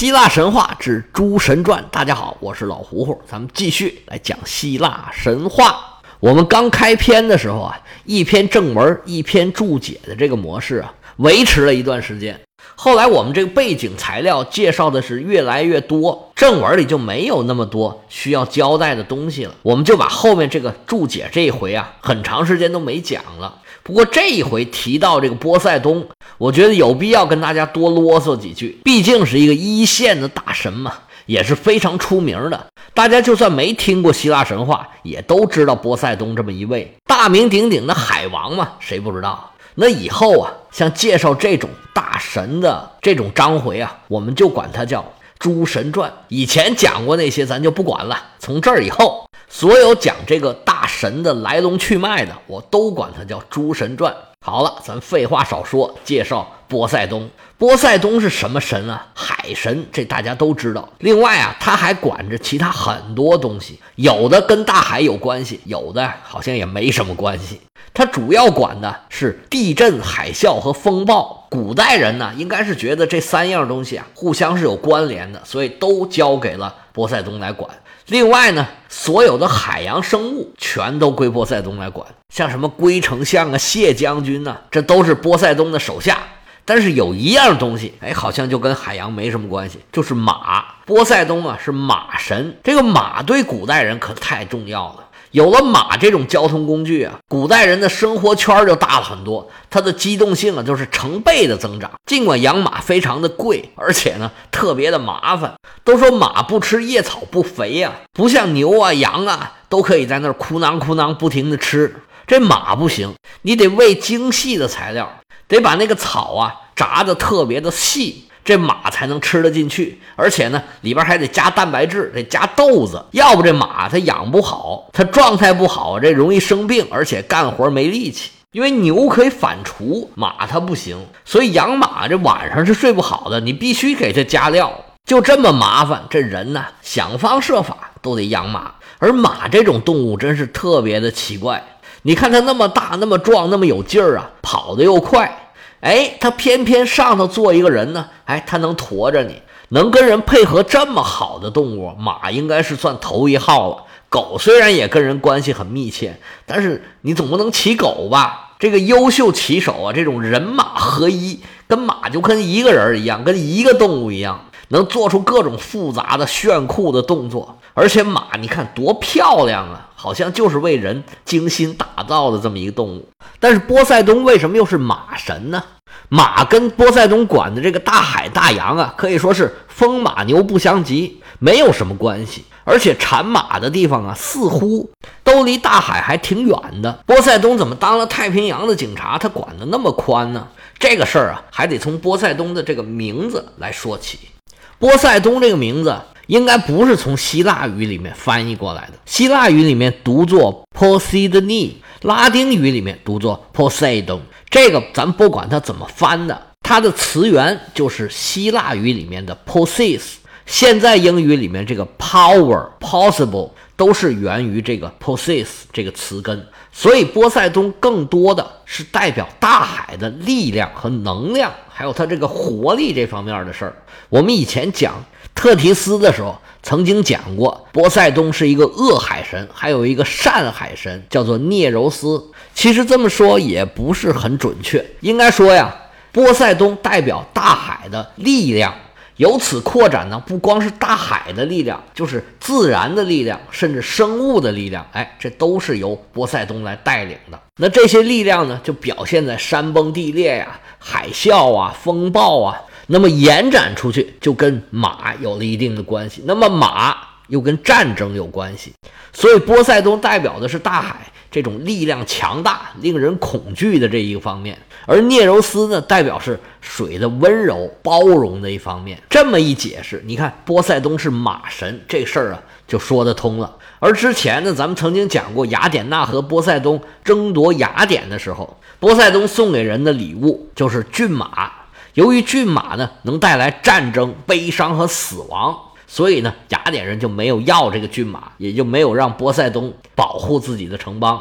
希腊神话之诸神传，大家好，我是老胡胡，咱们继续来讲希腊神话。我们刚开篇的时候啊，一篇正文一篇注解的这个模式啊，维持了一段时间。后来我们这个背景材料介绍的是越来越多，正文里就没有那么多需要交代的东西了，我们就把后面这个注解这一回啊，很长时间都没讲了。不过这一回提到这个波塞冬，我觉得有必要跟大家多啰嗦几句，毕竟是一个一线的大神嘛，也是非常出名的。大家就算没听过希腊神话，也都知道波塞冬这么一位大名鼎鼎的海王嘛，谁不知道？那以后啊，像介绍这种大神的这种章回啊，我们就管它叫诸神传。以前讲过那些咱就不管了，从这儿以后所有讲这个大神的来龙去脉的，我都管它叫诸神传。好了，咱废话少说，介绍波塞冬。波塞冬是什么神啊？海神，这大家都知道。另外啊，他还管着其他很多东西，有的跟大海有关系，有的好像也没什么关系。他主要管的是地震、海啸和风暴。古代人呢，应该是觉得这三样东西啊互相是有关联的，所以都交给了波塞冬来管。另外呢，所有的海洋生物全都归波塞冬来管，像什么龟丞相啊、谢将军啊，这都是波塞冬的手下。但是有一样东西，好像就跟海洋没什么关系，就是马。波塞冬啊是马神，这个马对古代人可太重要了。有了马这种交通工具啊，古代人的生活圈就大了很多，它的机动性啊就是成倍的增长。尽管养马非常的贵，而且呢特别的麻烦，都说马不吃叶草不肥啊，不像牛啊羊啊都可以在那儿哭囊哭囊不停的吃，这马不行，你得喂精细的材料，得把那个草啊炸得特别的细，这马才能吃得进去，而且呢里边还得加蛋白质，得加豆子，要不这马它养不好，它状态不好，这容易生病，而且干活没力气。因为牛可以反刍，马它不行，所以养马这晚上是睡不好的，你必须给它加料，就这么麻烦。这人呢想方设法都得养马，而马这种动物真是特别的奇怪。你看它那么大那么壮那么有劲儿啊，跑得又快，他偏偏上头坐一个人呢，他能驮着你，能跟人配合这么好的动物，马应该是算头一号了。狗虽然也跟人关系很密切，但是你总不能骑狗吧？这个优秀骑手啊，这种人马合一，跟马就跟一个人一样，跟一个动物一样，能做出各种复杂的炫酷的动作。而且马你看多漂亮啊，好像就是为人精心打造的这么一个动物。但是波塞冬为什么又是马神呢？马跟波塞冬管的这个大海大洋啊，可以说是风马牛不相及，没有什么关系。而且产马的地方啊，似乎都离大海还挺远的。波塞冬怎么当了太平洋的警察，他管得那么宽呢？这个事儿啊，还得从波塞冬的这个名字来说起。波塞冬这个名字应该不是从希腊语里面翻译过来的，希腊语里面读作 Poseidon， 拉丁语里面读作 Poseidon， 这个咱不管它怎么翻的，它的词源就是希腊语里面的 Posis， 现在英语里面这个 power、possible 都是源于这个 Posis 这个词根，所以波塞冬更多的是代表大海的力量和能量，还有它这个活力这方面的事儿。我们以前讲特提斯的时候曾经讲过，波塞冬是一个恶海神，还有一个善海神叫做涅柔斯。其实这么说也不是很准确，应该说呀，波塞冬代表大海的力量，由此扩展呢，不光是大海的力量，就是自然的力量，甚至生物的力量，这都是由波塞冬来带领的。那这些力量呢，就表现在山崩地裂呀、海啸啊、风暴啊，那么延展出去就跟马有了一定的关系，那么马又跟战争有关系，所以波塞冬代表的是大海这种力量强大、令人恐惧的这一个方面，而涅柔斯呢，代表是水的温柔、包容的一方面。这么一解释，你看波塞冬是马神，这事儿啊就说得通了。而之前呢，咱们曾经讲过雅典娜和波塞冬争夺雅典的时候，波塞冬送给人的礼物就是骏马。由于骏马呢能带来战争、悲伤和死亡，所以呢雅典人就没有要这个骏马，也就没有让波塞冬保护自己的城邦。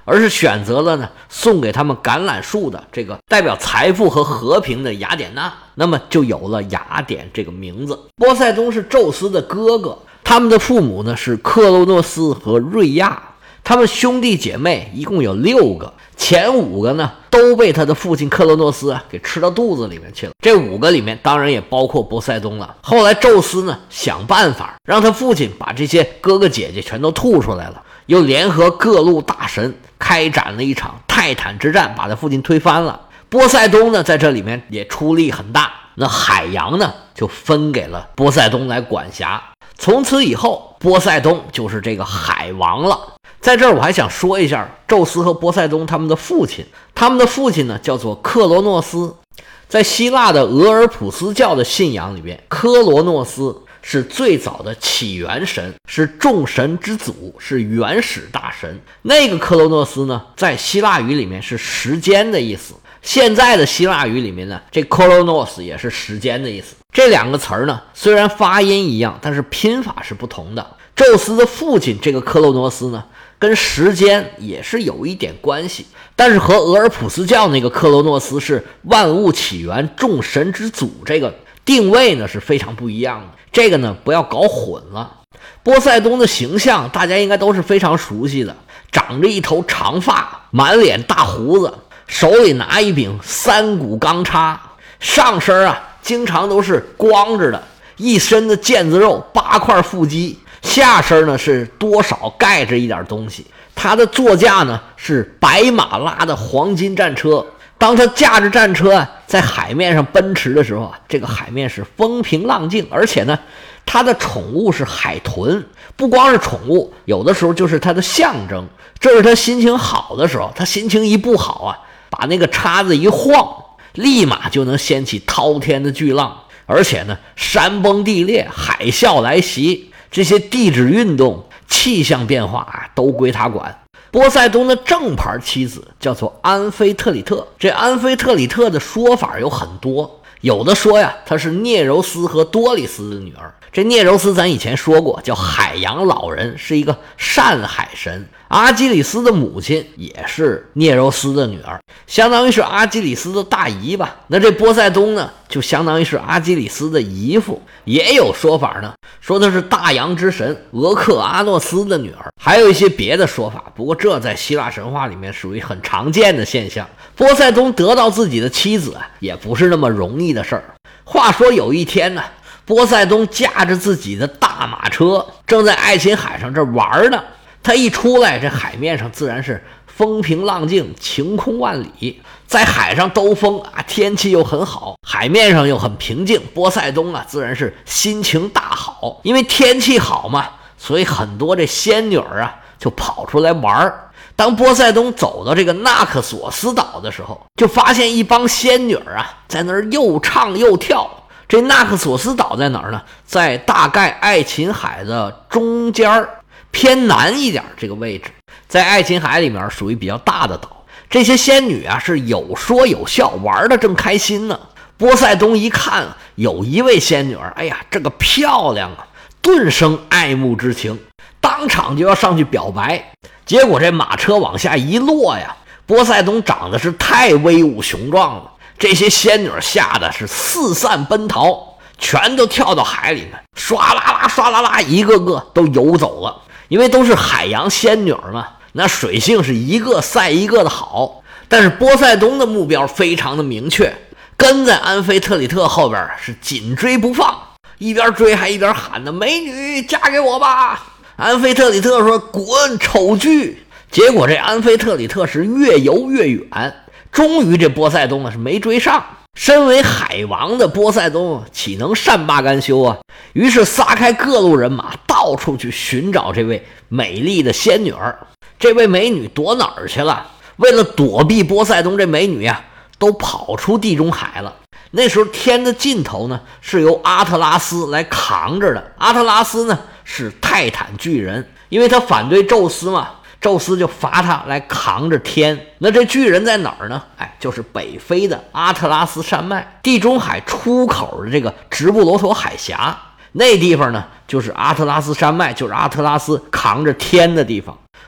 而是选择了呢送给他们橄榄树的这个代表财富和和平的雅典娜，那么就有了雅典这个名字。波塞冬是宙斯的哥哥，他们的父母呢是克洛诺斯和瑞亚，他们兄弟姐妹一共有6个，前5个呢都被他的父亲克洛诺斯给吃到肚子里面去了。这5个里面当然也包括波塞冬了。后来宙斯呢想办法让他父亲把这些哥哥姐姐全都吐出来了，又联合各路大神开展了一场泰坦之战，把他父亲推翻了。波塞冬呢在这里面也出力很大，那海洋呢就分给了波塞冬来管辖。从此以后，波塞冬就是这个海王了。在这儿我还想说一下宙斯和波塞冬他们的父亲，他们的父亲呢叫做克罗诺斯。在希腊的俄尔普斯教的信仰里边，科罗诺斯是最早的起源神，是众神之祖，是原始大神。那个克罗诺斯呢在希腊语里面是时间的意思，现在的希腊语里面呢这 Kronos 也是时间的意思。这2个词儿呢虽然发音一样，但是拼法是不同的。宙斯的父亲这个克洛诺斯呢跟时间也是有一点关系，但是和俄尔普斯教那个克罗诺斯是万物起源众神之祖，这个定位呢是非常不一样的，这个呢不要搞混了。波塞冬的形象大家应该都是非常熟悉的，长着一头长发，满脸大胡子，手里拿一柄3股钢叉，上身经常都是光着的，一身的腱子肉，8块腹肌，下身呢是多少盖着一点东西。他的座驾呢是白马拉的黄金战车，当他驾着战车在海面上奔驰的时候这个海面是风平浪静，而且呢他的宠物是海豚，不光是宠物，有的时候就是他的象征。这是他心情好的时候，他心情一不好把那个叉子一晃，立马就能掀起滔天的巨浪，而且呢山崩地裂，海啸来袭，这些地质运动气象变化都归他管。波塞冬的正牌妻子叫做安菲特里特，这安菲特里特的说法有很多，有的说她是聂柔斯和多里斯的女儿。这聂柔斯咱以前说过叫海洋老人，是一个善海神。阿基里斯的母亲也是聂柔斯的女儿，相当于是阿基里斯的大姨吧。那这波塞冬呢就相当于是阿基里斯的姨父。也有说法呢说他是大洋之神俄克阿诺斯的女儿，还有一些别的说法，不过这在希腊神话里面属于很常见的现象。波塞冬得到自己的妻子也不是那么容易的事儿。话说有一天呢，波塞冬驾着自己的大马车正在爱琴海上这玩呢，他一出来，这海面上自然是风平浪静，晴空万里，在海上兜风天气又很好，海面上又很平静，波塞冬自然是心情大好。因为天气好嘛，所以很多这仙女就跑出来玩。当波塞冬走到这个纳克索斯岛的时候，就发现一帮仙女在那儿又唱又跳。这纳克索斯岛在哪儿呢？在大概爱琴海的中间偏南一点这个位置，在爱琴海里面属于比较大的岛。这些仙女是有说有笑，玩得正开心呢。波塞冬一看有一位仙女哎呀这个漂亮顿生爱慕之情，当场就要上去表白。结果这马车往下一落波塞冬长得是太威武雄壮了，这些仙女吓得是四散奔逃，全都跳到海里面，唰啦啦唰啦啦，一个个都游走了。因为都是海洋仙女嘛，那水性是一个赛一个的好。但是波塞冬的目标非常的明确，跟在安菲特里特后边是紧追不放，一边追还一边喊呢：“美女，嫁给我吧！”安菲特里特说：“滚，丑剧！”结果这安菲特里特是越游越远，终于这波塞冬是没追上。身为海王的波塞冬岂能善罢甘休于是撒开各路人马，到处去寻找这位美丽的仙女儿。这位美女躲哪儿去了？为了躲避波塞冬，这美女都跑出地中海了。那时候天的尽头呢是由阿特拉斯来扛着的。阿特拉斯呢是泰坦巨人，因为他反对宙斯嘛，宙斯就罚他来扛着天。那这巨人在哪儿呢？就是北非的阿特拉斯山脉，地中海出口的这个直布罗陀海峡，那地方呢就是阿特拉斯山脉，就是阿特拉斯扛着天的地方。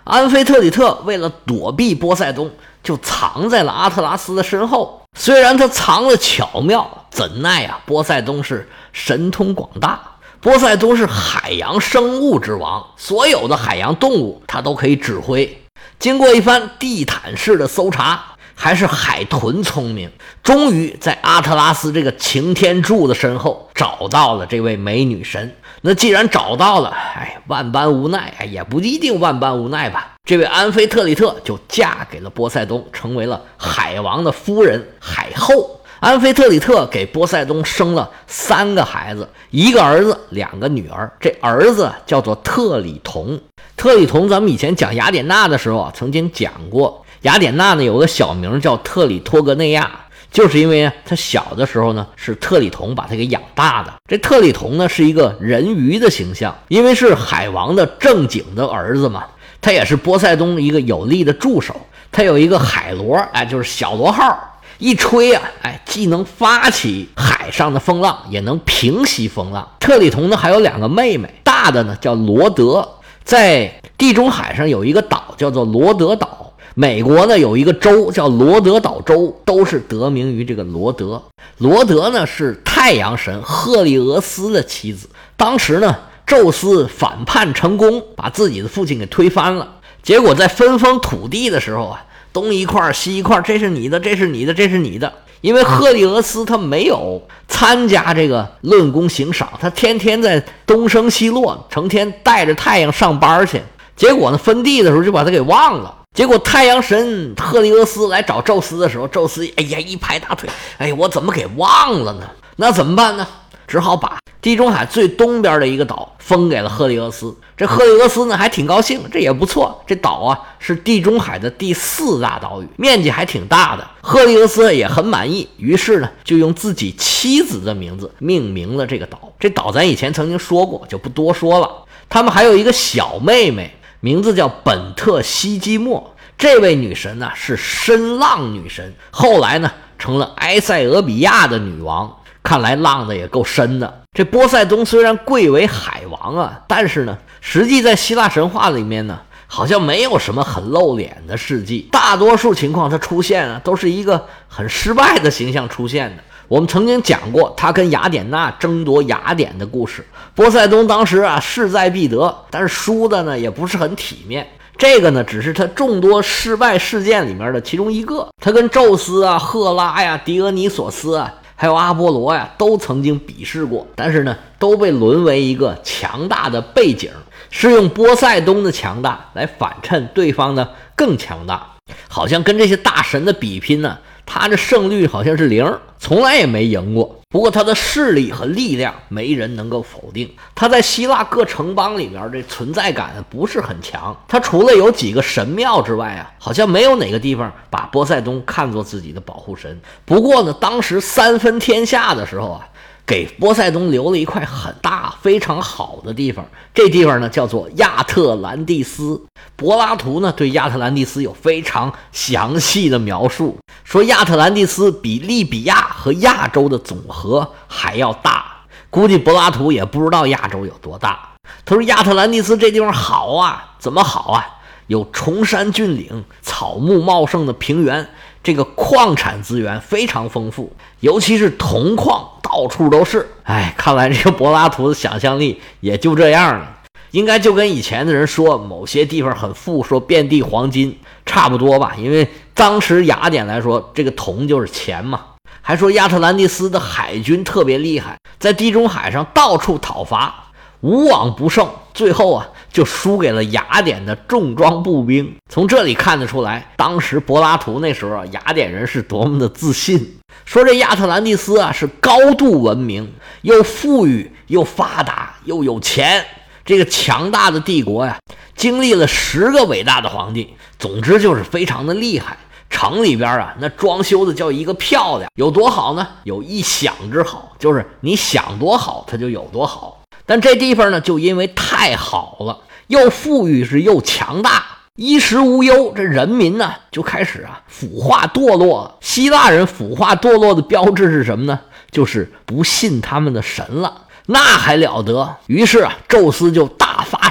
安菲特里特为了躲避波塞冬，就藏在了阿特拉斯的身后。虽然他藏得巧妙，怎奈啊，波塞冬是神通广大。波塞冬是海洋生物之王，所有的海洋动物他都可以指挥。经过一番地毯式的搜查，还是海豚聪明，终于在阿特拉斯这个擎天柱的身后找到了这位美女神。那既然找到了，万般无奈，也不一定万般无奈吧。这位安菲特里特就嫁给了波塞冬，成为了海王的夫人，海后。安菲特里特给波塞冬生了3个孩子，1个儿子，2个女儿。这儿子叫做特里同。特里同咱们以前讲雅典娜的时候曾经讲过，雅典娜呢有个小名叫特里托格内亚，就是因为他小的时候呢是特里同把他给养大的。这特里同呢是一个人鱼的形象，因为是海王的正经的儿子嘛，他也是波塞冬一个有力的助手。他有一个海螺，就是小螺号，一吹啊，既能发起海上的风浪，也能平息风浪。特里同呢还有2个妹妹，大的呢叫罗德，在地中海上有一个岛叫做罗德岛，美国呢有一个州叫罗德岛州，都是得名于这个罗德。罗德呢是太阳神赫利俄斯的妻子，当时呢宙斯反叛成功，把自己的父亲给推翻了，结果在分封土地的时候啊，东一块西一块，这是你的，这是你的，这是你的。因为赫利俄斯他没有参加这个论功行赏，他天天在东升西落，成天带着太阳上班去。结果呢，分地的时候就把他给忘了。结果太阳神赫利俄斯来找宙斯的时候，宙斯一拍大腿，我怎么给忘了呢？那怎么办呢？只好把地中海最东边的一个岛封给了赫利俄斯。这赫利俄斯呢还挺高兴，这也不错，这岛啊是地中海的第4大岛屿，面积还挺大的。赫利俄斯也很满意，于是呢就用自己妻子的名字命名了这个岛。这岛咱以前曾经说过，就不多说了。他们还有一个小妹妹，名字叫本特西基莫。这位女神呢是深浪女神，后来呢成了埃塞俄比亚的女王。看来浪的也够深的。这波塞冬虽然贵为海王啊，但是呢实际在希腊神话里面呢好像没有什么很露脸的事迹，大多数情况他出现啊都是一个很失败的形象出现的。我们曾经讲过他跟雅典娜争夺雅典的故事，波塞冬当时啊势在必得，但是输的呢也不是很体面。这个呢只是他众多失败事件里面的其中一个，他跟宙斯啊、赫拉呀、狄俄尼索斯啊还有阿波罗呀都曾经比试过，但是呢都被沦为一个强大的背景，是用波塞冬的强大来反衬对方的更强大。好像跟这些大神的比拼呢，他的胜率好像是0，从来也没赢过。不过他的势力和力量没人能够否定，他在希腊各城邦里面这存在感不是很强。他除了有几个神庙之外啊，好像没有哪个地方把波塞冬看作自己的保护神。不过呢，当时3分天下的时候啊，给波塞冬留了一块很大非常好的地方，这地方呢叫做亚特兰蒂斯。柏拉图呢对亚特兰蒂斯有非常详细的描述，说亚特兰蒂斯比利比亚和亚洲的总和还要大，估计柏拉图也不知道亚洲有多大。他说亚特兰蒂斯这地方好啊，怎么好啊？有崇山峻岭，草木茂盛的平原，这个矿产资源非常丰富，尤其是铜矿到处都是。看来这个柏拉图的想象力也就这样了，应该就跟以前的人说某些地方很富，说遍地黄金差不多吧。因为当时雅典来说，这个铜就是钱嘛。还说亚特兰蒂斯的海军特别厉害，在地中海上到处讨伐，无往不胜，最后啊就输给了雅典的重装步兵。从这里看得出来，当时柏拉图那时候啊，雅典人是多么的自信。说这亚特兰蒂斯啊是高度文明，又富裕又发达又有钱，这个强大的帝国呀，经历了10个伟大的皇帝，总之就是非常的厉害。城里边啊，那装修的叫一个漂亮，有多好呢？有一想之好，就是你想多好它就有多好。但这地方呢就因为太好了，又富裕是又强大，衣食无忧，这人民呢就开始啊腐化堕落。希腊人腐化堕落的标志是什么呢？就是不信他们的神了，那还了得。于是啊，宙斯就大发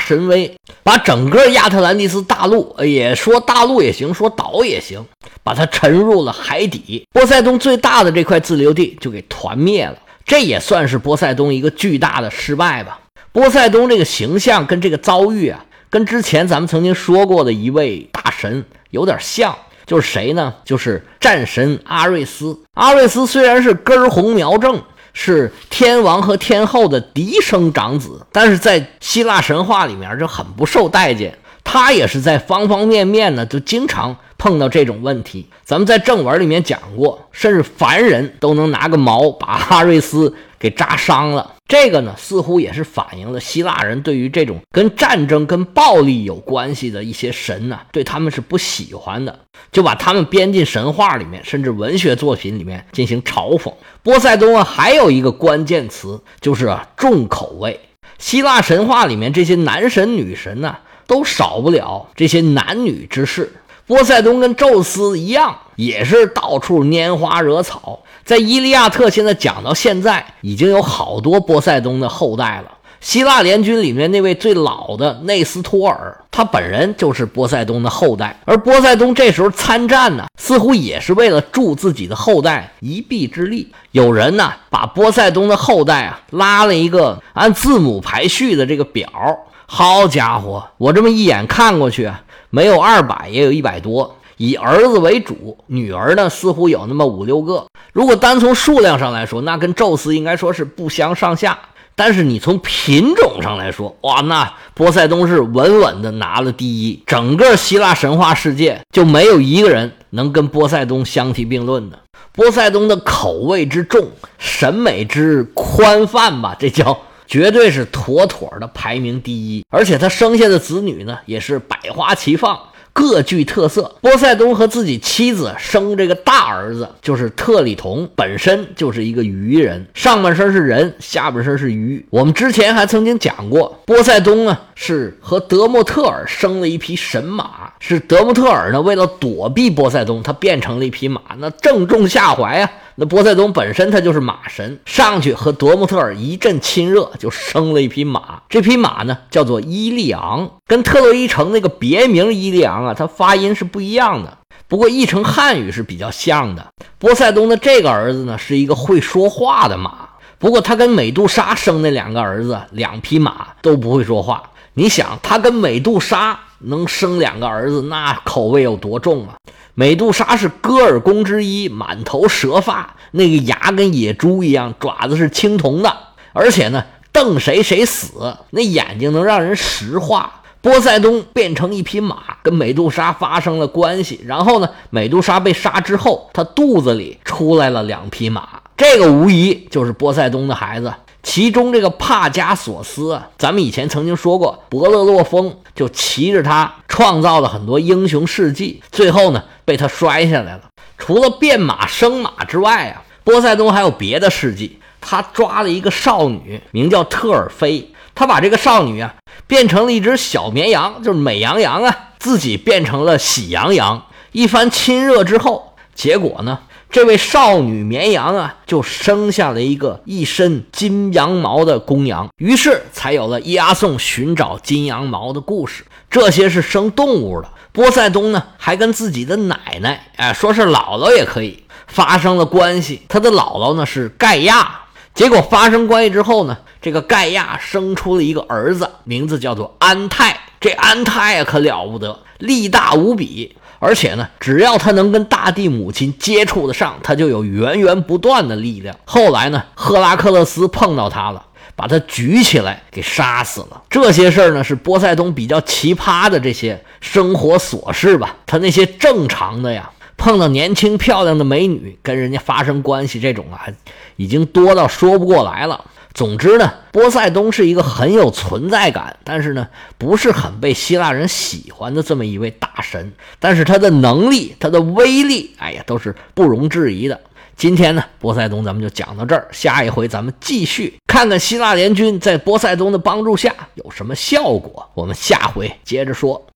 神威，把整个亚特兰蒂斯大陆，也说大陆也行，说岛也行，把它沉入了海底。波塞冬最大的这块自留地就给团灭了，这也算是波塞冬一个巨大的失败吧。波塞冬这个形象跟这个遭遇啊，跟之前咱们曾经说过的一位大神有点像，就是谁呢？就是战神阿瑞斯。阿瑞斯虽然是根红苗正，是天王和天后的嫡生长子，但是在希腊神话里面就很不受待见。他也是在方方面面呢，就经常碰到这种问题。咱们在正文里面讲过，甚至凡人都能拿个矛把阿瑞斯给扎伤了。这个呢，似乎也是反映了希腊人对于这种跟战争跟暴力有关系的一些神呢，对他们是不喜欢的，就把他们编进神话里面，甚至文学作品里面进行嘲讽。波塞冬还有一个关键词，就是重口味。希腊神话里面这些男神女神呢，都少不了这些男女之事。波塞冬跟宙斯一样，也是到处拈花惹草。在伊利亚特现在讲到现在，已经有好多波塞冬的后代了。希腊联军里面那位最老的内斯托尔，他本人就是波塞冬的后代。而波塞冬这时候参战呢，似乎也是为了助自己的后代一臂之力。有人呢，把波塞冬的后代拉了一个按字母排序的这个表。好家伙，我这么一眼看过去没有200也有100多，以儿子为主，女儿呢似乎有那么5、6个。如果单从数量上来说，那跟宙斯应该说是不相上下。但是你从品种上来说，哇，那波塞冬是稳稳的拿了第一。整个希腊神话世界就没有一个人能跟波塞冬相提并论的。波塞冬的口味之重，审美之宽泛吧，这叫绝对是妥妥的排名第一。而且他生下的子女呢，也是百花齐放，各具特色。波塞冬和自己妻子生这个大儿子，就是特里同，本身就是一个鱼人，上半身是人，下半身是鱼。我们之前还曾经讲过，波塞冬呢是和德莫特尔生了一匹神马，是德莫特尔呢为了躲避波塞冬，他变成了一匹马，那正中下怀啊。那波塞冬本身他就是马神，上去和德莫特尔一阵亲热，就生了一匹马。这匹马呢叫做伊利昂，跟特洛伊城那个别名伊利昂它发音是不一样的，不过译成汉语是比较像的。波塞冬的这个儿子呢是一个会说话的马，不过他跟美杜莎生那2个儿子2匹马都不会说话。你想他跟美杜莎能生2个儿子，那口味有多重啊？美杜莎是戈尔宫之一，满头蛇发，那个牙跟野猪一样，爪子是青铜的，而且呢瞪谁谁死，那眼睛能让人石化。波塞冬变成一匹马，跟美杜莎发生了关系，然后呢美杜莎被杀之后，他肚子里出来了2匹马，这个无疑就是波塞冬的孩子。其中这个帕加索斯咱们以前曾经说过，伯乐洛峰就骑着他创造了很多英雄事迹，最后呢被他摔下来了。除了变马生马之外波塞冬还有别的事迹。他抓了一个少女，名叫特尔菲，他把这个少女变成了一只小绵羊，就是美羊羊自己变成了喜羊羊。一番亲热之后，结果呢这位少女绵羊就生下了一个一身金羊毛的公羊，于是才有了押送寻找金羊毛的故事。这些是生动物的。波塞冬呢还跟自己的奶奶说是姥姥也可以，发生了关系。他的姥姥呢是盖亚，结果发生关系之后呢，这个盖亚生出了一个儿子，名字叫做安泰。这安泰可了不得，力大无比，而且呢只要他能跟大地母亲接触得上，他就有源源不断的力量。后来呢赫拉克勒斯碰到他了，把他举起来给杀死了。这些事儿呢是波塞冬比较奇葩的这些生活琐事吧。他那些正常的碰到年轻漂亮的美女跟人家发生关系，这种已经多到说不过来了。总之呢，波塞冬是一个很有存在感，但是呢不是很被希腊人喜欢的这么一位大神。但是他的能力，他的威力都是不容置疑的。今天呢波塞冬咱们就讲到这儿，下一回咱们继续看看希腊联军在波塞冬的帮助下有什么效果，我们下回接着说。